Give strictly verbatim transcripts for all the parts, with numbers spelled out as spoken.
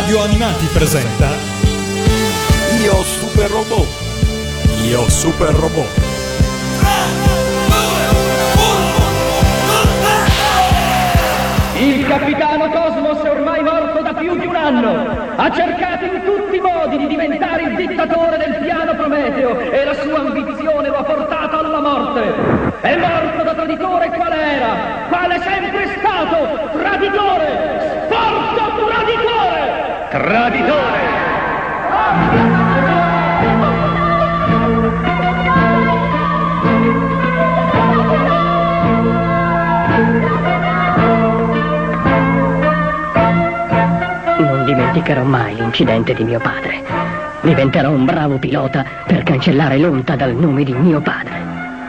Radio Animati presenta Io Super Robot. Io Super Robot. Il capitano Cosmos è ormai morto da più di un anno. Ha cercato in tutti i modi di diventare il dittatore del piano Prometeo e la sua ambizione lo ha portato alla morte. È morto da traditore qual era, quale è sempre stato, traditore, sporco traditore! Traditore! Non dimenticherò mai l'incidente di mio padre. Diventerò un bravo pilota per cancellare l'onta dal nome di mio padre.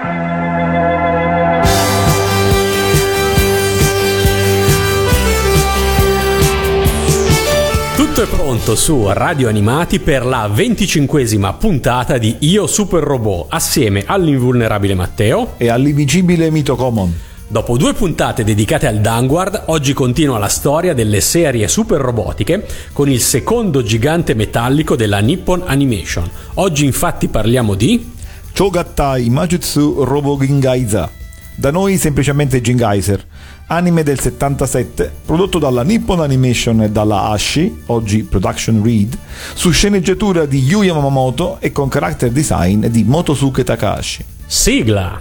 Tutto è pronto su Radio Animati per la venticinquesima puntata di Io Super Robot, assieme all'invulnerabile Matteo e all'invincibile Mito Common. Dopo due puntate dedicate al Danguard, oggi continua la storia delle serie super robotiche con il secondo gigante metallico della Nippon Animation. Oggi infatti parliamo di Chogattai Majutsu Robo Gingaiza, da noi semplicemente Gingaiser, anime del settantasette, prodotto dalla Nippon Animation e dalla Ashi, oggi Production Reed, su sceneggiatura di Yu Yamamoto e con character design di Motosuke Takahashi. Sigla!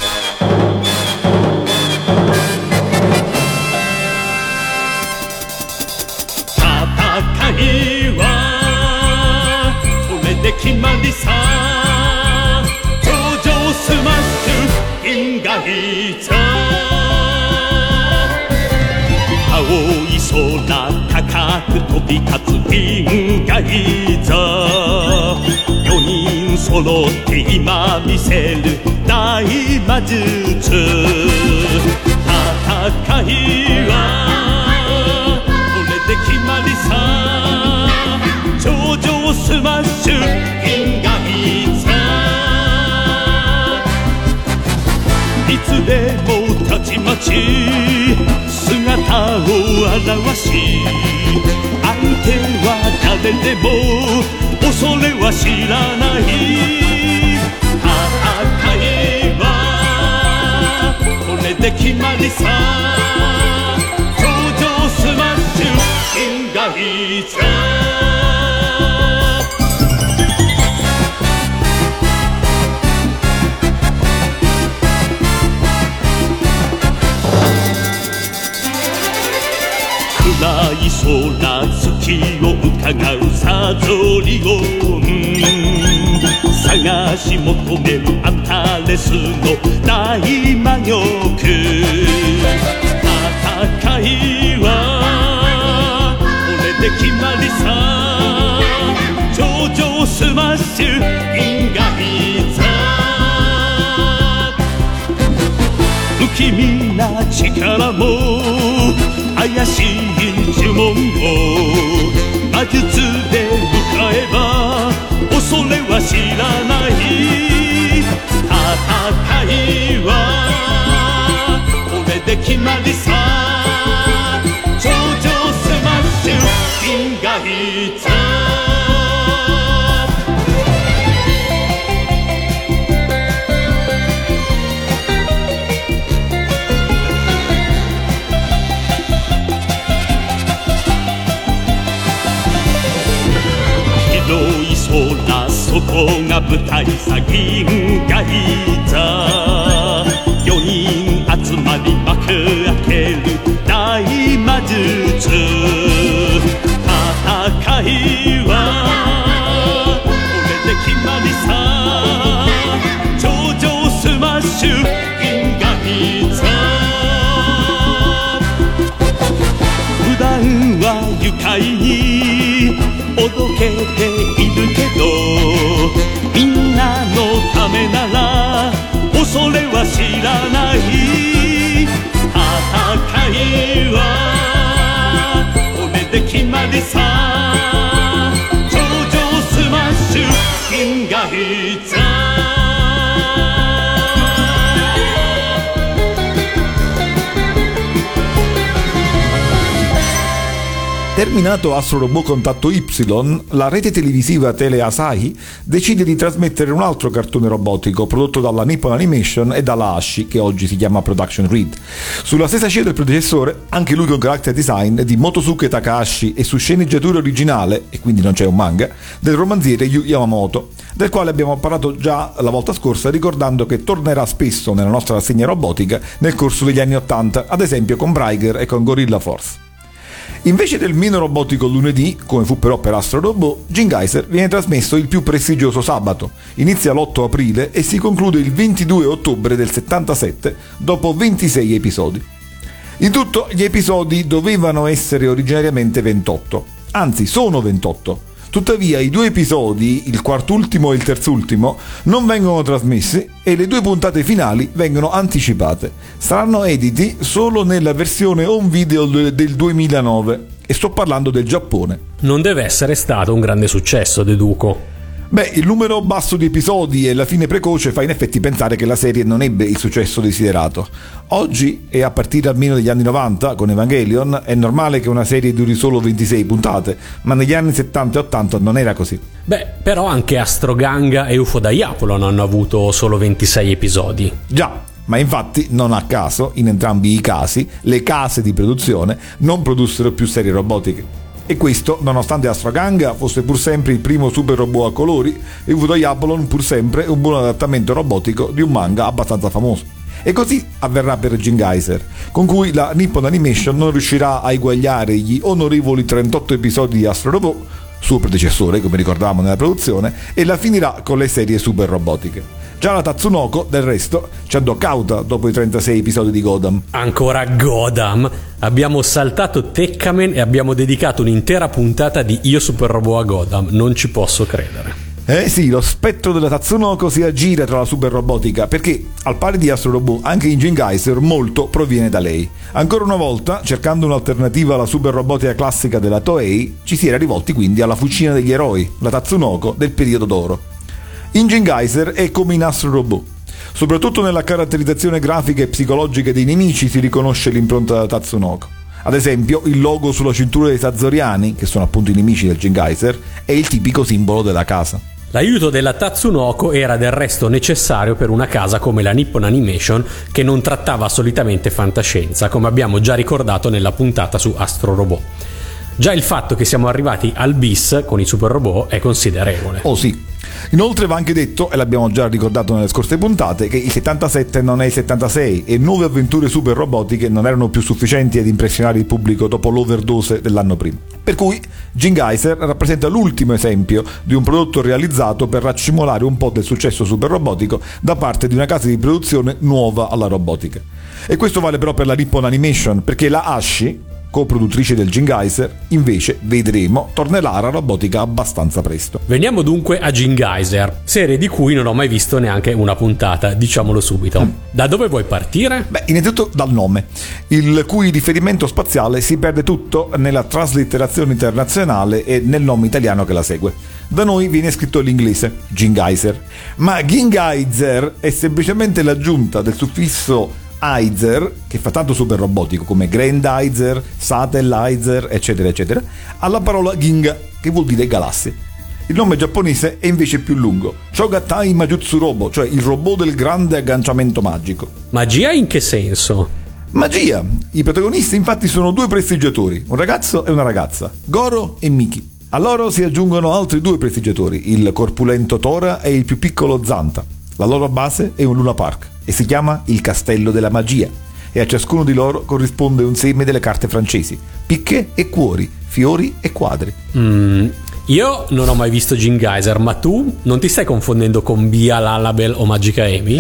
Terminato Astro Robot Contatto Y, la rete televisiva Tele Asahi decide di trasmettere un altro cartone robotico prodotto dalla Nippon Animation e dalla Ashi, che oggi si chiama Production Reed. Sulla stessa scia del predecessore, anche lui con character design di Motosuke Takahashi e su sceneggiatura originale, e quindi non c'è un manga, del romanziere Yu Yamamoto, del quale abbiamo parlato già la volta scorsa, ricordando che tornerà spesso nella nostra rassegna robotica nel corso degli anni ottanta, ad esempio con Bryger e con Gorilla Force. Invece del meno robotico lunedì, come fu però per Astro Robot, Gene Geyser viene trasmesso il più prestigioso sabato. Inizia l'otto aprile e si conclude il ventidue ottobre del settantasette, dopo ventisei episodi. In tutto gli episodi dovevano essere originariamente ventotto, anzi sono ventotto. Tuttavia i due episodi, il quartultimo e il terzultimo, non vengono trasmessi e le due puntate finali vengono anticipate. Saranno editi solo nella versione home video del duemilanove, e sto parlando del Giappone. Non deve essere stato un grande successo, deduco. Beh, il numero basso di episodi e la fine precoce fa in effetti pensare che la serie non ebbe il successo desiderato. Oggi, e a partire almeno degli anni novanta, con Evangelion, è normale che una serie duri solo ventisei puntate, ma negli anni settanta e ottanta non era così. Beh, però anche Astro Ganga e U F O Diapolon hanno avuto solo ventisei episodi. Già, ma infatti, non a caso, in entrambi i casi, le case di produzione non produssero più serie robotiche. E questo nonostante Astro Ganga fosse pur sempre il primo super robot a colori e U F O Diapolon pur sempre un buon adattamento robotico di un manga abbastanza famoso. E così avverrà per Gene Geyser, con cui la Nippon Animation non riuscirà a eguagliare gli onorevoli trentotto episodi di Astro Robot, suo predecessore come ricordavamo nella produzione, e la finirà con le serie super robotiche. Già la Tatsunoko, del resto, ci andò cauta dopo i trentasei episodi di Godam. Ancora Godam? Abbiamo saltato Tekkamen e abbiamo dedicato un'intera puntata di Io Super Robot a Godam. Non ci posso credere. Eh sì, lo spettro della Tatsunoko si aggira tra la super robotica, perché, al pari di Astro Robot, anche in Gene Geyser molto proviene da lei. Ancora una volta, cercando un'alternativa alla super robotica classica della Toei, ci si era rivolti quindi alla fucina degli eroi, la Tatsunoko del periodo d'oro. In Gene Geyser è come in Astro Robot. Soprattutto nella caratterizzazione grafica e psicologica dei nemici si riconosce l'impronta della Tatsunoko. Ad esempio, il logo sulla cintura dei Sazoriani, che sono appunto i nemici del Gene Geyser, è il tipico simbolo della casa. L'aiuto della Tatsunoko era del resto necessario per una casa come la Nippon Animation, che non trattava solitamente fantascienza, come abbiamo già ricordato nella puntata su Astro Robot. Già il fatto che siamo arrivati al bis con i super robot è considerevole. Oh sì. Inoltre va anche detto, e l'abbiamo già ricordato nelle scorse puntate, che il settantasette non è il settantasei e nuove avventure super robotiche non erano più sufficienti ad impressionare il pubblico dopo l'overdose dell'anno prima. Per cui Gene Geyser rappresenta l'ultimo esempio di un prodotto realizzato per raccimolare un po' del successo super robotico da parte di una casa di produzione nuova alla robotica. E questo vale però per la Nippon Animation, perché la Ashi, coproduttrice del Gene Geyser, invece, vedremo, tornerà alla robotica abbastanza presto. Veniamo dunque a Gene Geyser, serie di cui non ho mai visto neanche una puntata, diciamolo subito. Mm. Da dove vuoi partire? Beh, innanzitutto dal nome, il cui riferimento spaziale si perde tutto nella traslitterazione internazionale e nel nome italiano che la segue. Da noi viene scritto all'inglese, Gene Geyser, ma Gene Geyser è semplicemente l'aggiunta del suffisso Geyser, che fa tanto super robotico come Grandizer, Satellizer, eccetera eccetera, alla parola Ginga, che vuol dire galassia. Il nome giapponese è invece più lungo, Chogatai Majutsu Robo, cioè il robot del grande agganciamento magico. Magia in che senso? Magia! I protagonisti infatti sono due prestigiatori, un ragazzo e una ragazza, Goro e Miki. A loro si aggiungono altri due prestigiatori, il corpulento Tora e il più piccolo Zanta. La loro base è un Luna Park e si chiama il Castello della Magia, e a ciascuno di loro corrisponde un seme delle carte francesi, picche e cuori, fiori e quadri. Mm, io non ho mai visto Gene Geyser, ma tu non ti stai confondendo con Bia, Lalabel o Magica Amy?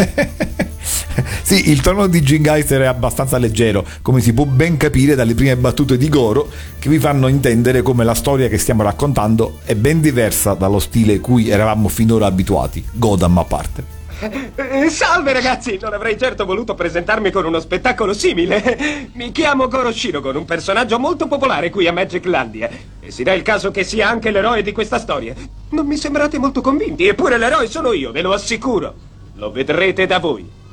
Sì, il tono di Gene Geyser è abbastanza leggero, come si può ben capire dalle prime battute di Goro, che vi fanno intendere come la storia che stiamo raccontando è ben diversa dallo stile cui eravamo finora abituati, Godam a parte. Salve ragazzi, non avrei certo voluto presentarmi con uno spettacolo simile. Mi chiamo Goro Shirogon, un personaggio molto popolare qui a Magiclandia, e si dà il caso che sia anche l'eroe di questa storia. Non mi sembrate molto convinti, eppure l'eroe sono io, ve lo assicuro. Lo vedrete da voi.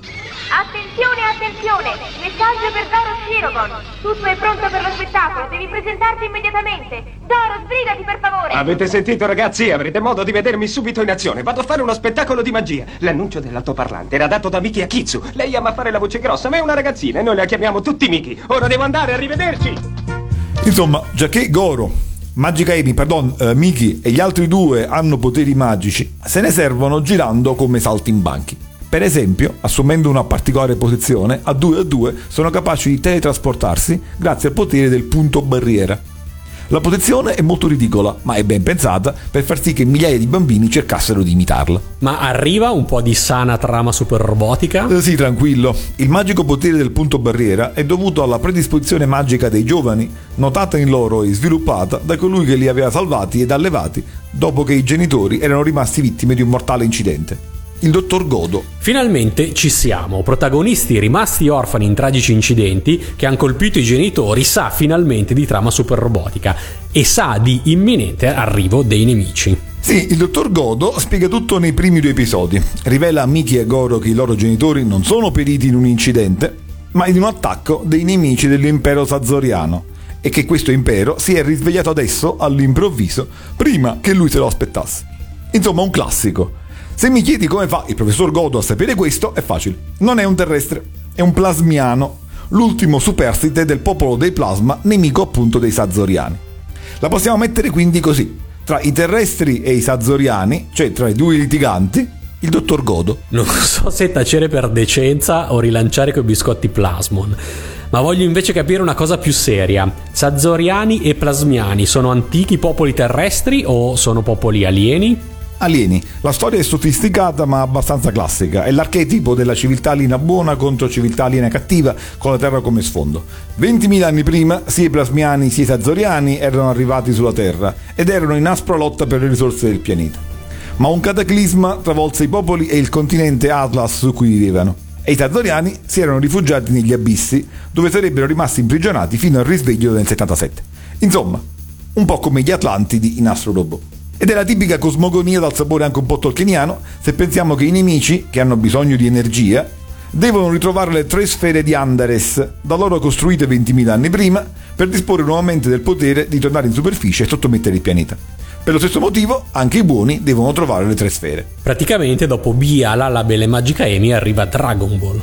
Attenzione, attenzione! Messaggio per Doro Shirogon. Tutto è pronto per lo spettacolo, devi presentarti immediatamente. Doro, sbrigati per favore! Avete sentito, ragazzi? Avrete modo di vedermi subito in azione. Vado a fare uno spettacolo di magia. L'annuncio dell'altoparlante era dato da Miki Akitsu. Lei ama fare la voce grossa, ma è una ragazzina e noi la chiamiamo tutti Miki. Ora devo andare, arrivederci! Insomma, giacché Goro, Magica Amy, pardon, eh, Miki e gli altri due hanno poteri magici, se ne servono girando come saltimbanchi. Per esempio, assumendo una particolare posizione, a due a due sono capaci di teletrasportarsi grazie al potere del punto barriera. La posizione è molto ridicola, ma è ben pensata per far sì che migliaia di bambini cercassero di imitarla. Ma arriva un po' di sana trama super robotica? Eh, sì, tranquillo. Il magico potere del punto barriera è dovuto alla predisposizione magica dei giovani, notata in loro e sviluppata da colui che li aveva salvati ed allevati dopo che i genitori erano rimasti vittime di un mortale incidente. Il dottor Godo. Finalmente ci siamo, protagonisti rimasti orfani in tragici incidenti che hanno colpito i genitori, sa finalmente di trama super robotica e sa di imminente arrivo dei nemici. Sì, il dottor Godo spiega tutto nei primi due episodi. Rivela a Miki e Goro che i loro genitori non sono periti in un incidente, ma in un attacco dei nemici dell'impero Sazoriano, e che questo impero si è risvegliato adesso, all'improvviso, prima che lui se lo aspettasse. Insomma, un classico. Se mi chiedi come fa il professor Godo a sapere questo, è facile. Non è un terrestre, è un plasmiano, l'ultimo superstite del popolo dei plasma, nemico appunto dei Sazoriani. La possiamo mettere quindi così: tra i terrestri e i Sazoriani, cioè tra i due litiganti, il dottor Godo. Non so se tacere per decenza o rilanciare coi biscotti Plasmon, ma voglio invece capire una cosa più seria. Sazoriani e plasmiani sono antichi popoli terrestri o sono popoli alieni? Alieni. La storia è sofisticata ma abbastanza classica. È l'archetipo della civiltà aliena buona contro civiltà aliena cattiva, con la Terra come sfondo. ventimila anni prima, sia i plasmiani sia i Sazoriani erano arrivati sulla Terra ed erano in aspra lotta per le risorse del pianeta. Ma un cataclisma travolse i popoli e il continente Atlas su cui vivevano. E i Sazoriani si erano rifugiati negli abissi, dove sarebbero rimasti imprigionati fino al risveglio del settantasette. Insomma, un po' come gli Atlantidi in Astro Robot. Ed è la tipica cosmogonia dal sapore anche un po' tolkieniano, se pensiamo che i nemici, che hanno bisogno di energia, devono ritrovare le tre sfere di Andares, da loro costruite ventimila anni prima, per disporre nuovamente del potere di tornare in superficie e sottomettere il pianeta. Per lo stesso motivo, anche i buoni devono trovare le tre sfere. Praticamente dopo Bia, Lalabel e Magica Amy arriva Dragon Ball.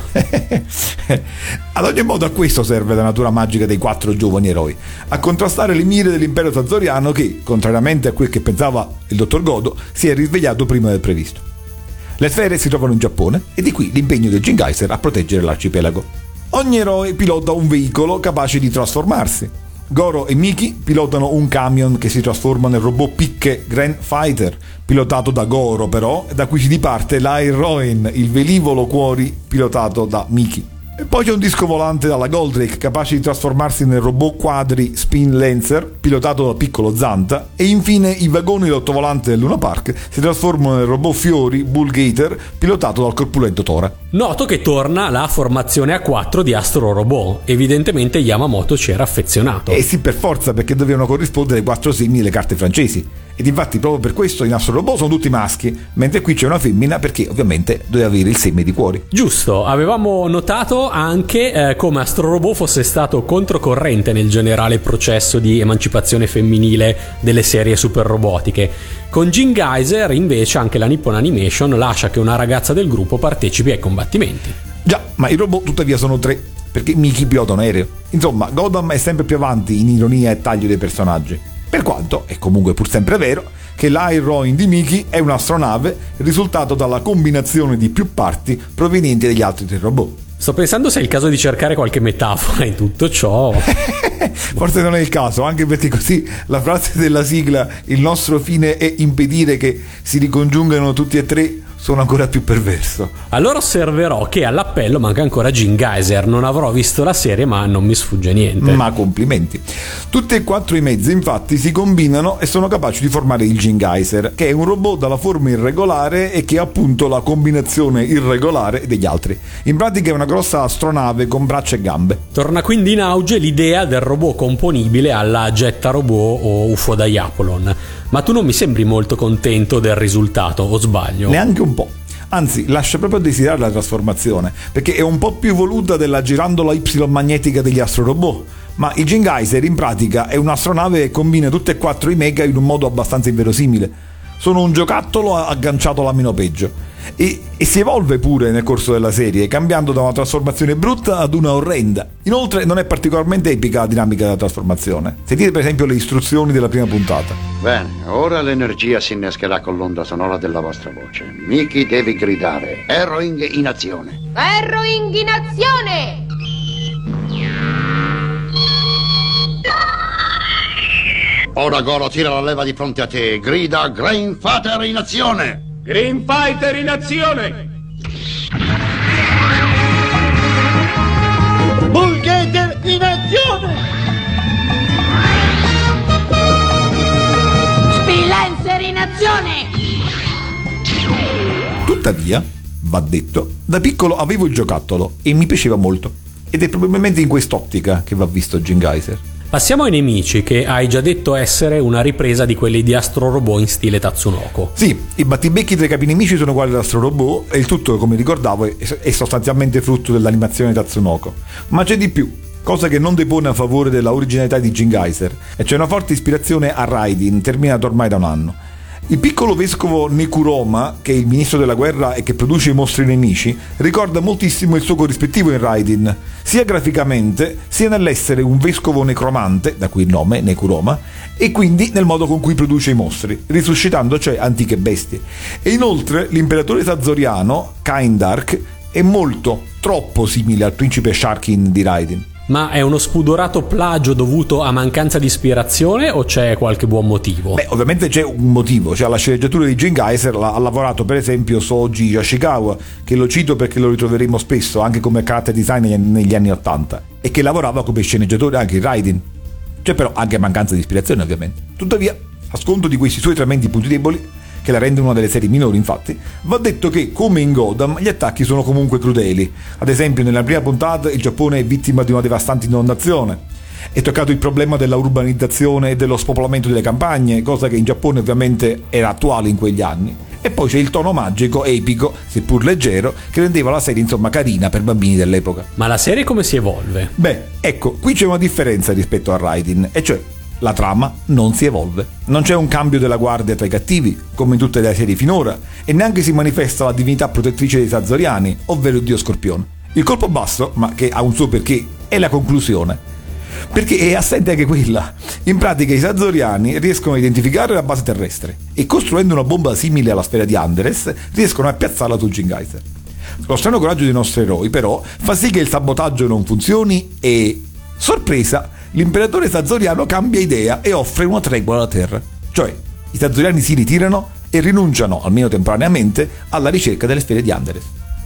Ad ogni modo, a questo serve la natura magica dei quattro giovani eroi, a contrastare le mire dell'impero Sazoriano che, contrariamente a quel che pensava il dottor Godo, si è risvegliato prima del previsto. Le sfere si trovano in Giappone e di qui l'impegno del Jingaiser a proteggere l'arcipelago. Ogni eroe pilota un veicolo capace di trasformarsi. Goro e Miki pilotano un camion che si trasforma nel robot Picche Grand Fighter, pilotato da Goro però, da cui si diparte l'Airroin, il velivolo cuori pilotato da Miki. E poi c'è un disco volante dalla Goldrake capace di trasformarsi nel robot quadri Spin Lancer, pilotato dal piccolo Zanta, e infine i vagoni dell'ottovolante del Luna Park si trasformano nel robot Fiori Bull Gator, pilotato dal corpulento Tora. Noto che torna la formazione a quattro di Astro Robot. Evidentemente Yamamoto c'era affezionato. Eh sì, per forza, perché dovevano corrispondere ai quattro segni delle carte francesi. Ed infatti proprio per questo in Astro Robot sono tutti maschi, mentre qui c'è una femmina perché ovviamente doveva avere il seme di cuori. Giusto, avevamo notato anche eh, come Astro Robot fosse stato controcorrente nel generale processo di emancipazione femminile delle serie super robotiche. Con Jingaiser invece anche la Nippon Animation lascia che una ragazza del gruppo partecipi ai combattimenti. Già, ma i robot tuttavia sono tre, perché Miki pilota un aereo. Insomma, Godam è sempre più avanti in ironia e taglio dei personaggi. Per quanto, è comunque pur sempre vero, che l'Airroin di Miki è un'astronave risultato dalla combinazione di più parti provenienti dagli altri tre robot. Sto pensando se è il caso di cercare qualche metafora in tutto ciò. Forse non è il caso, anche perché così la frase della sigla "il nostro fine è impedire che si ricongiungano tutti e tre" sono ancora più perverso. Allora osserverò che all'appello manca ancora Jingaiser. Non avrò visto la serie, ma non mi sfugge niente. Ma complimenti. Tutti e quattro i mezzi infatti si combinano e sono capaci di formare il Jingaiser, che è un robot dalla forma irregolare e che è appunto la combinazione irregolare degli altri. In pratica è una grossa astronave con braccia e gambe. Torna quindi in auge l'idea del robot componibile alla Jetta Robot o U F O Diapolon. Ma tu non mi sembri molto contento del risultato, o sbaglio? Neanche un po'. anzi lascia proprio a desiderare la trasformazione, perché è un po' più evoluta della girandola Y magnetica degli astrorobot, ma il Jingizer in pratica è un'astronave che combina tutti e quattro i mecha in un modo abbastanza inverosimile. Sono un giocattolo agganciato alla meno peggio. E, e si evolve pure nel corso della serie, cambiando da una trasformazione brutta ad una orrenda. Inoltre non è particolarmente epica la dinamica della trasformazione. Sentite per esempio le istruzioni della prima puntata. Bene, ora l'energia si innescherà con l'onda sonora della vostra voce. Mickey devi gridare Arrowing in azione. Arrowing in azione! Ora Goro tira la leva di fronte a te. Grida Grain Fighter in azione. Green Fighter in azione! Bullgator in azione! Spilancer in azione! Tuttavia, va detto, da piccolo avevo il giocattolo e mi piaceva molto. Ed è probabilmente in quest'ottica che va visto Jingizer. Passiamo ai nemici, che hai già detto essere una ripresa di quelli di Astro Robot in stile Tatsunoko. Sì, i battibecchi tra i capi nemici sono uguali ad Astro Robot e il tutto, come ricordavo, è sostanzialmente frutto dell'animazione Tatsunoko. Ma c'è di più, cosa che non depone a favore della originalità di Jingizer, e c'è una forte ispirazione a Raiden, terminata ormai da un anno. Il piccolo vescovo Nekuroma, che è il ministro della guerra e che produce i mostri nemici, ricorda moltissimo il suo corrispettivo in Raiden, sia graficamente, sia nell'essere un vescovo necromante, da cui il nome, Nekuroma, e quindi nel modo con cui produce i mostri, risuscitando cioè antiche bestie. E inoltre l'imperatore Sazoriano, Kaindark, è molto, troppo simile al principe Sharkin di Raiden. Ma è uno spudorato plagio dovuto a mancanza di ispirazione o c'è qualche buon motivo? Beh, ovviamente c'è un motivo, cioè la sceneggiatura di Jingizer ha lavorato per esempio Soji Yoshikawa, che lo cito perché lo ritroveremo spesso anche come character design negli anni ottanta, e che lavorava come sceneggiatore anche in Raiden. C'è però anche mancanza di ispirazione ovviamente. Tuttavia, a sconto di questi suoi tremendi punti deboli, che la rendono una delle serie minori infatti, va detto che, come in Gotham, gli attacchi sono comunque crudeli. Ad esempio, nella prima puntata il Giappone è vittima di una devastante inondazione. È toccato il problema della urbanizzazione e dello spopolamento delle campagne, cosa che in Giappone ovviamente era attuale in quegli anni. E poi c'è il tono magico, epico, seppur leggero, che rendeva la serie insomma carina per bambini dell'epoca. Ma la serie come si evolve? Beh, ecco, qui c'è una differenza rispetto a Raiden, e cioè la trama non si evolve. Non c'è un cambio della guardia tra i cattivi, come in tutte le serie finora, e neanche si manifesta la divinità protettrice dei Sazoriani, ovvero il dio Scorpione. Il colpo basso, ma che ha un suo perché, è la conclusione. Perché è assente anche quella. In pratica i Sazoriani riescono a identificare la base terrestre e, costruendo una bomba simile alla sfera di Anderes, riescono a piazzarla su Jingizer. Lo strano coraggio dei nostri eroi, però, fa sì che il sabotaggio non funzioni e, sorpresa, l'imperatore Sazoriano cambia idea e offre una tregua alla Terra. Cioè, i Sazoriani si ritirano e rinunciano, almeno temporaneamente, alla ricerca delle sfere di Anderes.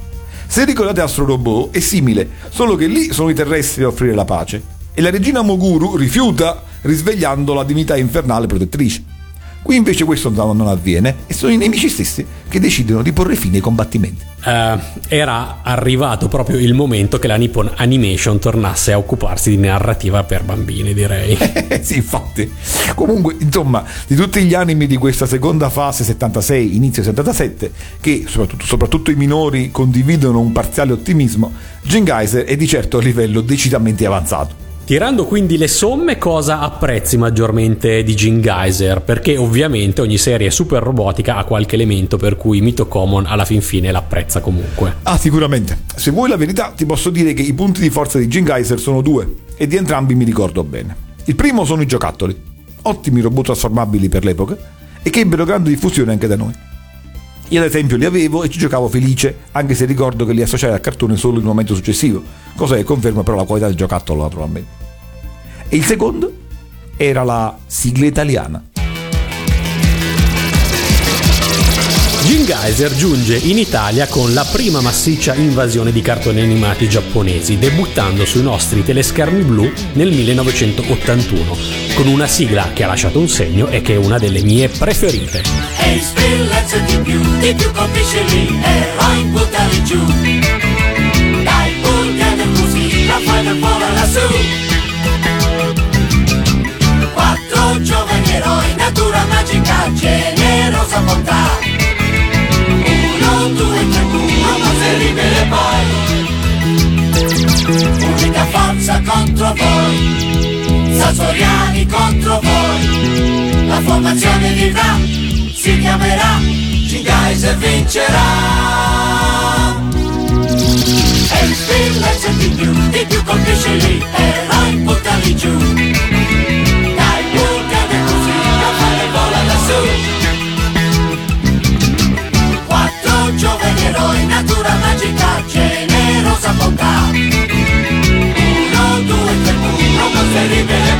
Se ricordate Astro Robot, è simile, solo che lì sono i terrestri a offrire la pace, e la regina Moguru rifiuta, risvegliando la divinità infernale protettrice. Qui invece questo non avviene e sono i nemici stessi che decidono di porre fine ai combattimenti. Uh, era arrivato proprio il momento che la Nippon Animation tornasse a occuparsi di narrativa per bambini, direi. Sì, infatti. Comunque, insomma, di tutti gli anime di questa seconda fase settantasei, inizio settantasette, che soprattutto, soprattutto i minori condividono un parziale ottimismo, Jingizer è di certo a livello decisamente avanzato. Tirando quindi le somme, cosa apprezzi maggiormente di Jingizer? Perché ovviamente ogni serie super robotica ha qualche elemento per cui Mito Common alla fin fine l'apprezza comunque. Ah, sicuramente. Se vuoi la verità, ti posso dire che i punti di forza di Jingizer sono due, e di entrambi mi ricordo bene. Il primo sono i giocattoli, ottimi robot trasformabili per l'epoca, e che ebbero grande diffusione anche da noi. Io ad esempio li avevo e ci giocavo felice, anche se ricordo che li associai al cartone solo in un momento successivo, cosa che conferma però la qualità del giocattolo naturalmente. E il secondo era la sigla italiana. Jingizer giunge in Italia con la prima massiccia invasione di cartoni animati giapponesi, debuttando sui nostri teleschermi blu nel millenovecentottantuno, con una sigla che ha lasciato un segno e che è una delle mie preferite. Ehi, spillezza di più, di più colpisce lì, eroi buttali giù. Dai, buttali così, la fai vola lassù. Quattro giovani eroi, natura magica, generosa bontà. Uno, due, tre, Unica forza contro voi, Sasoriani contro voi. La formazione vivrà, si chiamerà Gingaiser vincerà. E il village di più, di più colpisce lì, eroi buttali giù. Dai Vulcan così, la fare vola lassù. Quattro giovani eroi, natura magica, generosa bontà. Uno, due, tre, uno, non terribile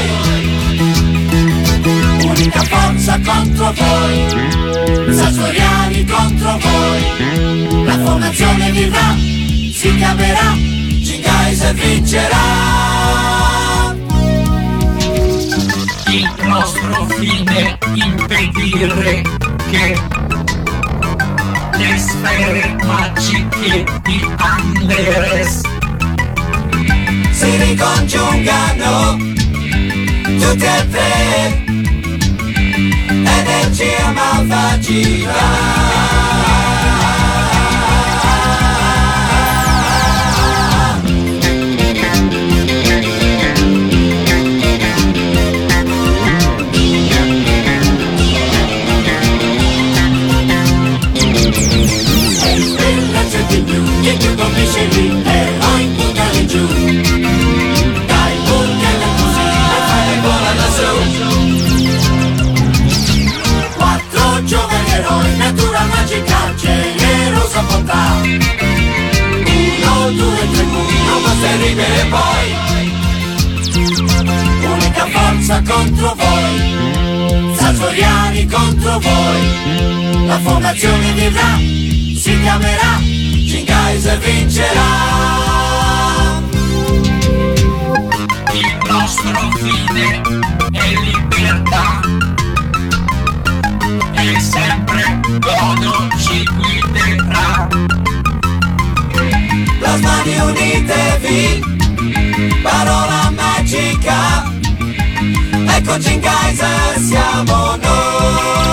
poi. Unica forza contro voi, Sasoriani contro voi. La formazione vivrà, si chiamerà Gingaiser vincerà. Il nostro fine impedire che le sfere magiche di Anderes si ricongiungano tutte e tre, energia malvagia. E più colpisce lì, eroi buttali giù. Dai Vulcan così, e fai vola lassù. Quattro giovani eroi, natura magica, generosa bontà. Uno, due, tre, uno, ma terribile poi. Unica forza contro voi, Sasoriani contro voi. La formazione vivrà, si chiamerà Gingaiser vincerà. Il nostro fine è libertà e sempre Godo ci guiderà. Plasmani unitevi, parola magica, ecco Gingaiser siamo noi.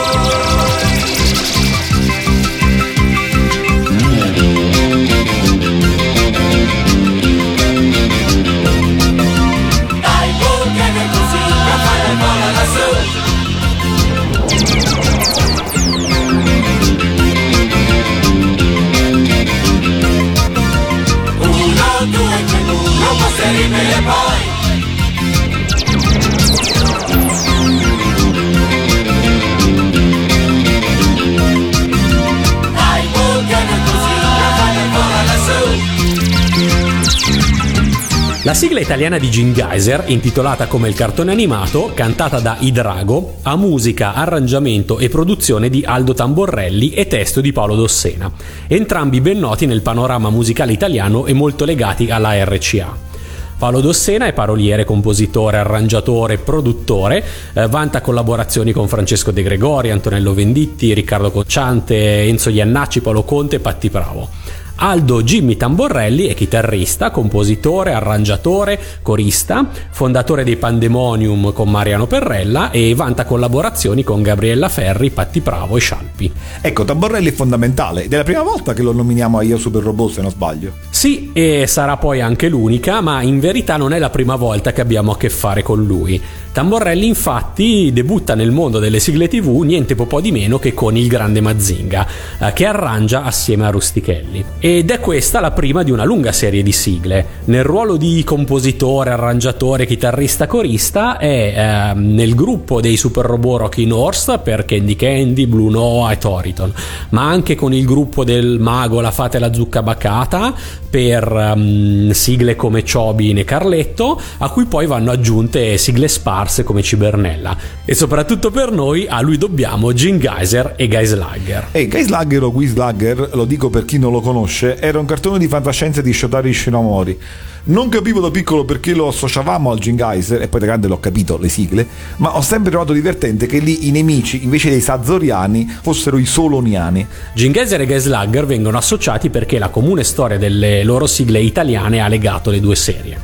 La sigla italiana di Gingaiser, intitolata come il cartone animato, cantata da Idrago, ha musica, arrangiamento e produzione di Aldo Tamborrelli e testo di Paolo Dossena, entrambi ben noti nel panorama musicale italiano e molto legati alla R C A. Paolo Dossena è paroliere, compositore, arrangiatore, produttore, eh, vanta collaborazioni con Francesco De Gregori, Antonello Venditti, Riccardo Cocciante, Enzo Iannacci, Paolo Conte e Patti Bravo. Aldo Jimmy Tamborrelli è chitarrista, compositore, arrangiatore, corista, fondatore dei Pandemonium con Mariano Perrella e vanta collaborazioni con Gabriella Ferri, Patti Bravo e Scialpi. Ecco, Tamborrelli è fondamentale ed è la prima volta che lo nominiamo a Io Super Robot, se non sbaglio. Sì, e sarà poi anche l'unica, ma in verità non è la prima volta che abbiamo a che fare con lui. Tamborrelli infatti debutta nel mondo delle sigle tivù niente po' di meno che con Il Grande Mazinga, eh, che arrangia assieme a Rustichelli. Ed è questa la prima di una lunga serie di sigle. Nel ruolo di compositore, arrangiatore, chitarrista, corista è eh, nel gruppo dei Super Robot Rockin' Horse per Candy Candy, Blue Noah e Toriton, ma anche con il gruppo del Mago, La Fata e la Zucca Bacata per um, sigle come Ciobin e Carletto, a cui poi vanno aggiunte sigle sparse come Cibernella. E soprattutto per noi a lui dobbiamo Gingaiser e Geislagger. E Geislagger o Geislagger, lo dico per chi non lo conosce, era un cartone di fantascienza di Shotari Shinomori. Non capivo da piccolo perché lo associavamo al Gingaiser, e poi da grande l'ho capito, le sigle, ma ho sempre trovato divertente che lì i nemici, invece dei Sazoriani, fossero i Soloniani. Gingaiser e Geislagger vengono associati perché la comune storia delle loro sigle italiane ha legato le due serie.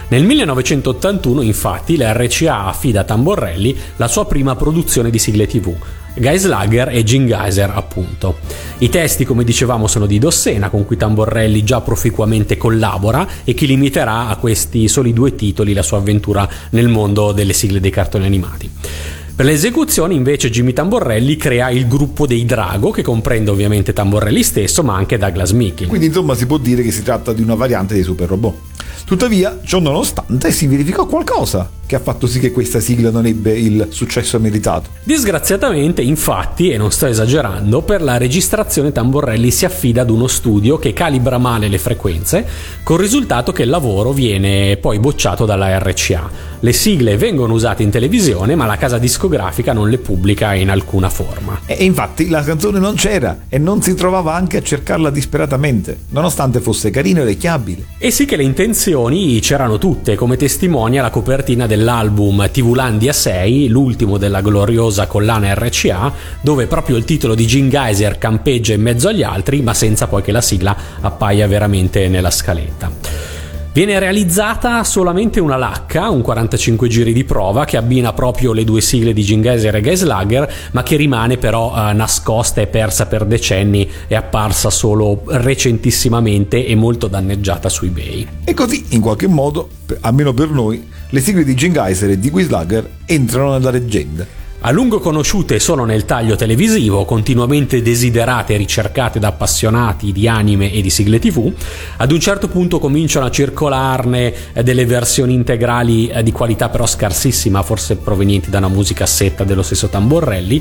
Nel millenovecentottantuno, infatti, la R C A affida a Tamborelli la sua prima produzione di sigle tivù, Geislager e Jingheiser, appunto. I testi, come dicevamo, sono di Dossena, con cui Tamborelli già proficuamente collabora e che limiterà a questi soli due titoli la sua avventura nel mondo delle sigle dei cartoni animati. Per le esecuzioni, invece, Jimmy Tamborelli crea il gruppo dei Drago, che comprende ovviamente Tamborelli stesso, ma anche Douglas Mickey. Quindi insomma si può dire che si tratta di una variante dei Super Robot. Tuttavia, ciò nonostante, si verificò qualcosa che ha fatto sì che questa sigla non ebbe il successo meritato. Disgraziatamente, infatti, e non sto esagerando, per la registrazione Tamborelli si affida ad uno studio che calibra male le frequenze, col risultato che il lavoro viene poi bocciato dalla R C A. Le sigle vengono usate in televisione, ma la casa discografica non le pubblica in alcuna forma. E infatti la canzone non c'era e non si trovava anche a cercarla disperatamente, nonostante fosse carino e orecchiabile. E sì che le intenzioni c'erano tutte, come testimonia la copertina dell'album TVlandia sei, l'ultimo della gloriosa collana R C A, dove proprio il titolo di Jingheiser campeggia in mezzo agli altri, ma senza poi che la sigla appaia veramente nella scaletta. Viene realizzata solamente una lacca, un quarantacinque giri di prova, che abbina proprio le due sigle di Jingheiser e Geislager, ma che rimane però eh, nascosta e persa per decenni, è apparsa solo recentissimamente e molto danneggiata su eBay. E così, in qualche modo, almeno per noi, le sigle di Jingheiser e di Geislager entrano nella leggenda. A lungo conosciute solo nel taglio televisivo, continuamente desiderate e ricercate da appassionati di anime e di sigle tivù, ad un certo punto cominciano a circolarne delle versioni integrali di qualità però scarsissima, forse provenienti da una musicassetta dello stesso Tamborelli,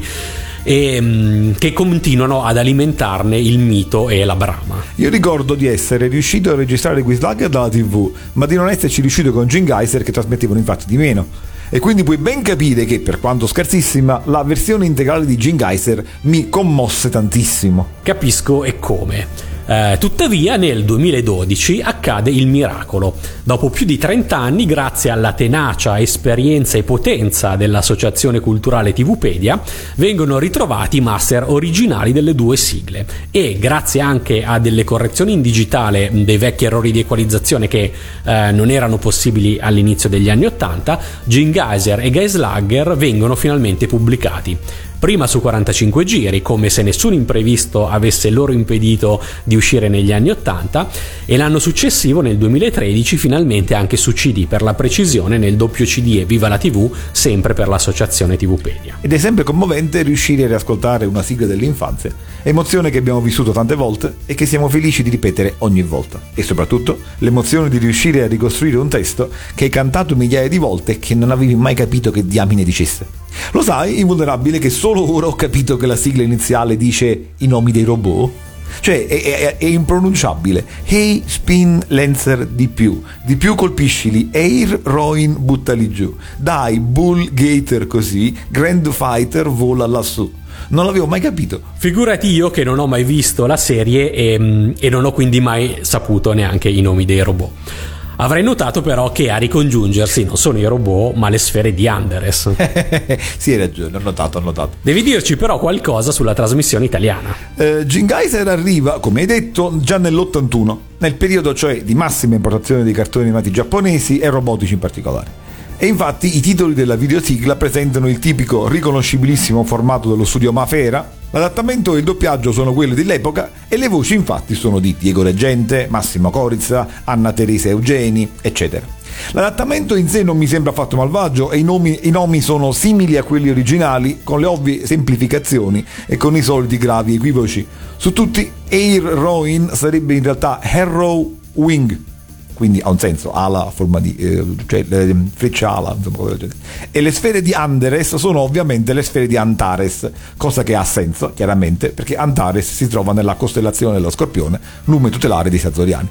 e che continuano ad alimentarne il mito e la brama. Io ricordo di essere riuscito a registrare Geislager dalla tivù, ma di non esserci riuscito con Jingheiser, che trasmettevano infatti di meno. E quindi puoi ben capire che, per quanto scarsissima, la versione integrale di Jingheiser mi commosse tantissimo. Capisco e come. Eh, tuttavia nel duemiladodici accade il miracolo. Dopo più di trenta anni, grazie alla tenacia, esperienza e potenza dell'associazione culturale TVpedia, vengono ritrovati i master originali delle due sigle e, grazie anche a delle correzioni in digitale dei vecchi errori di equalizzazione che eh, non erano possibili all'inizio degli anni ottanta, Jingheiser e Geislager vengono finalmente pubblicati. Prima su quarantacinque giri, come se nessun imprevisto avesse loro impedito di uscire negli anni ottanta, e l'anno successivo, nel duemilatredici, finalmente anche su C D, per la precisione nel doppio C D e Viva la tivù, sempre per l'associazione TVpedia. Ed è sempre commovente riuscire a riascoltare una sigla dell'infanzia, emozione che abbiamo vissuto tante volte e che siamo felici di ripetere ogni volta. E soprattutto l'emozione di riuscire a ricostruire un testo che hai cantato migliaia di volte e che non avevi mai capito che diamine dicesse. Lo sai, invulnerabile, che solo ora ho capito che la sigla iniziale dice i nomi dei robot? Cioè è, è, è impronunciabile. Hey, spin Lancer di più, di più colpiscili, Air Roin buttali giù, dai Bull Gator così, Grand Fighter vola lassù. Non l'avevo mai capito. Figurati io che non ho mai visto la serie e, e non ho quindi mai saputo neanche i nomi dei robot. Avrei notato però che a ricongiungersi non sono i robot ma le sfere di Anderes. Sì, hai ragione, ho notato, ho notato. Devi dirci però qualcosa sulla trasmissione italiana. eh, Jingheiser arriva, come hai detto, già nell'ottantuno, nel periodo cioè di massima importazione di cartoni animati giapponesi e robotici in particolare. E infatti i titoli della videosigla presentano il tipico riconoscibilissimo formato dello studio Mafera. L'adattamento e il doppiaggio sono quelli dell'epoca e le voci infatti sono di Diego Reggente, Massimo Corizza, Anna Teresa Eugeni, eccetera. L'adattamento in sé non mi sembra affatto malvagio e i nomi, i nomi sono simili a quelli originali, con le ovvie semplificazioni e con i soliti gravi equivoci. Su tutti, Air Roin sarebbe in realtà Harrow Wing, quindi ha un senso, ala a forma di eh, cioè eh, freccia ala, insomma, e le sfere di Anderes sono ovviamente le sfere di Antares, cosa che ha senso chiaramente perché Antares si trova nella costellazione dello Scorpione, lume tutelare dei Sazoriani.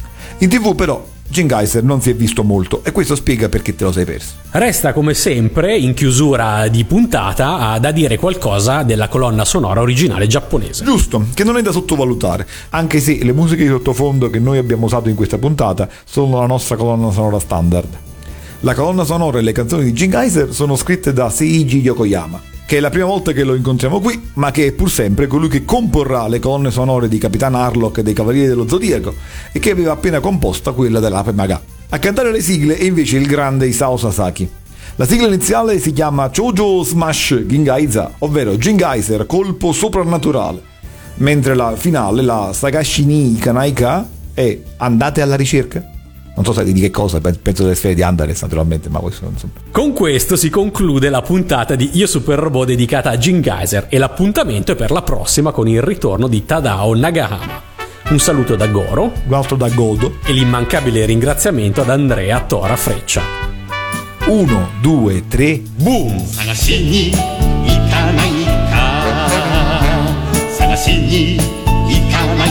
In tv però Jingheiser non si è visto molto e questo spiega perché te lo sei perso. Resta come sempre, in chiusura di puntata, da dire qualcosa della colonna sonora originale giapponese. Giusto, che non è da sottovalutare, anche se le musiche di sottofondo che noi abbiamo usato in questa puntata sono la nostra colonna sonora standard. La colonna sonora e le canzoni di Jingheiser sono scritte da Seiji Yokoyama, che è la prima volta che lo incontriamo qui, ma che è pur sempre colui che comporrà le colonne sonore di Capitan Harlock e dei Cavalieri dello Zodiaco e che aveva appena composta quella dell'Ape Maga. A cantare le sigle è invece il grande Isao Sasaki. La sigla iniziale si chiama Chojo Smash Gingaiza, ovvero Gingaiser colpo soprannaturale, mentre la finale, la Sagashi ni Ikanaika, è Andate alla ricerca. Non so se di che cosa, penso delle sfere di Andares naturalmente, ma questo non so. Con questo si conclude la puntata di Io Super Robot dedicata a Gingaiser e l'appuntamento è per la prossima con il ritorno di Tadao Nagahama. Un saluto da Goro, un altro da Godo e l'immancabile ringraziamento ad Andrea Tora Freccia. Uno, due, tre, boom! 探しに行かないか探しに行かない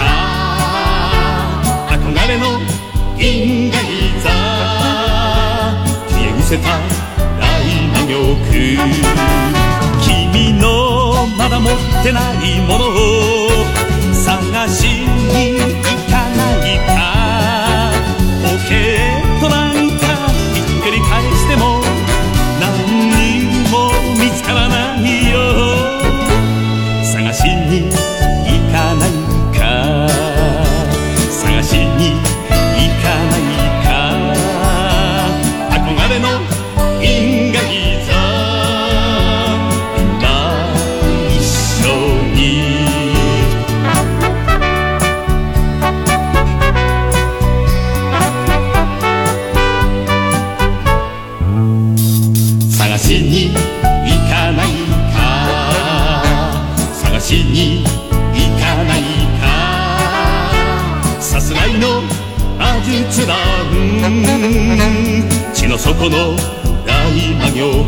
か憧れの銀河いざ消え失せた大魔力君のまだ持ってないものを探しに行かないかポケットなんかひっくり返しても何にも見つからないよ探しに行かないか探しに行かないか憧れの銀河いざみんな一緒に探しに行かないか探しに行かないかさすらいの魔術だ地の底の大魔力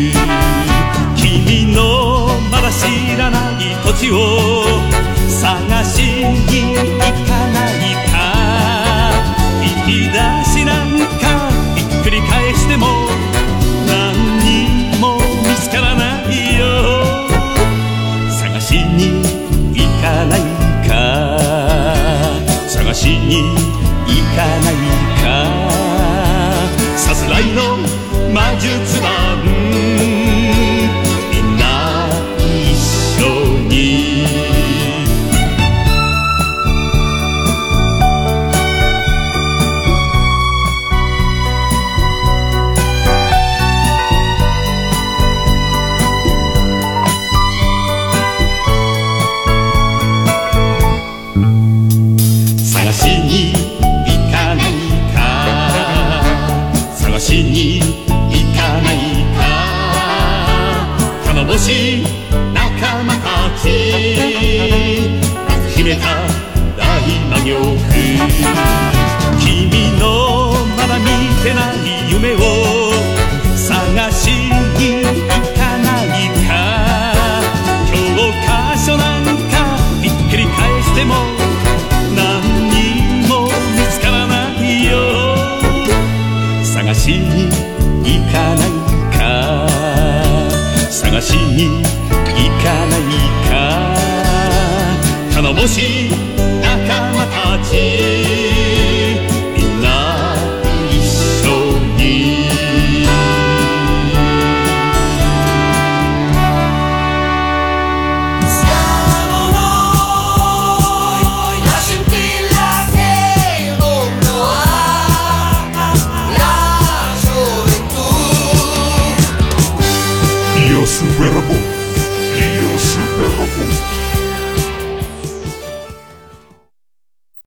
君のまだ知らない土地を探しに行かないか引き出しなんかひっくり返しても何にも見つからないよ探しに行かないか探しに行かないかさすらいの魔術だみんな一緒に探しに行かないか探しに行かないか頼もしい仲間たち秘めた大魔力君のまだ見てない夢を探しに行かないか教科書なんかひっくり返しても何にも見つからないよ探しに行かないか探しに行かないか頼もしい仲間たちみんな一緒に Super Robot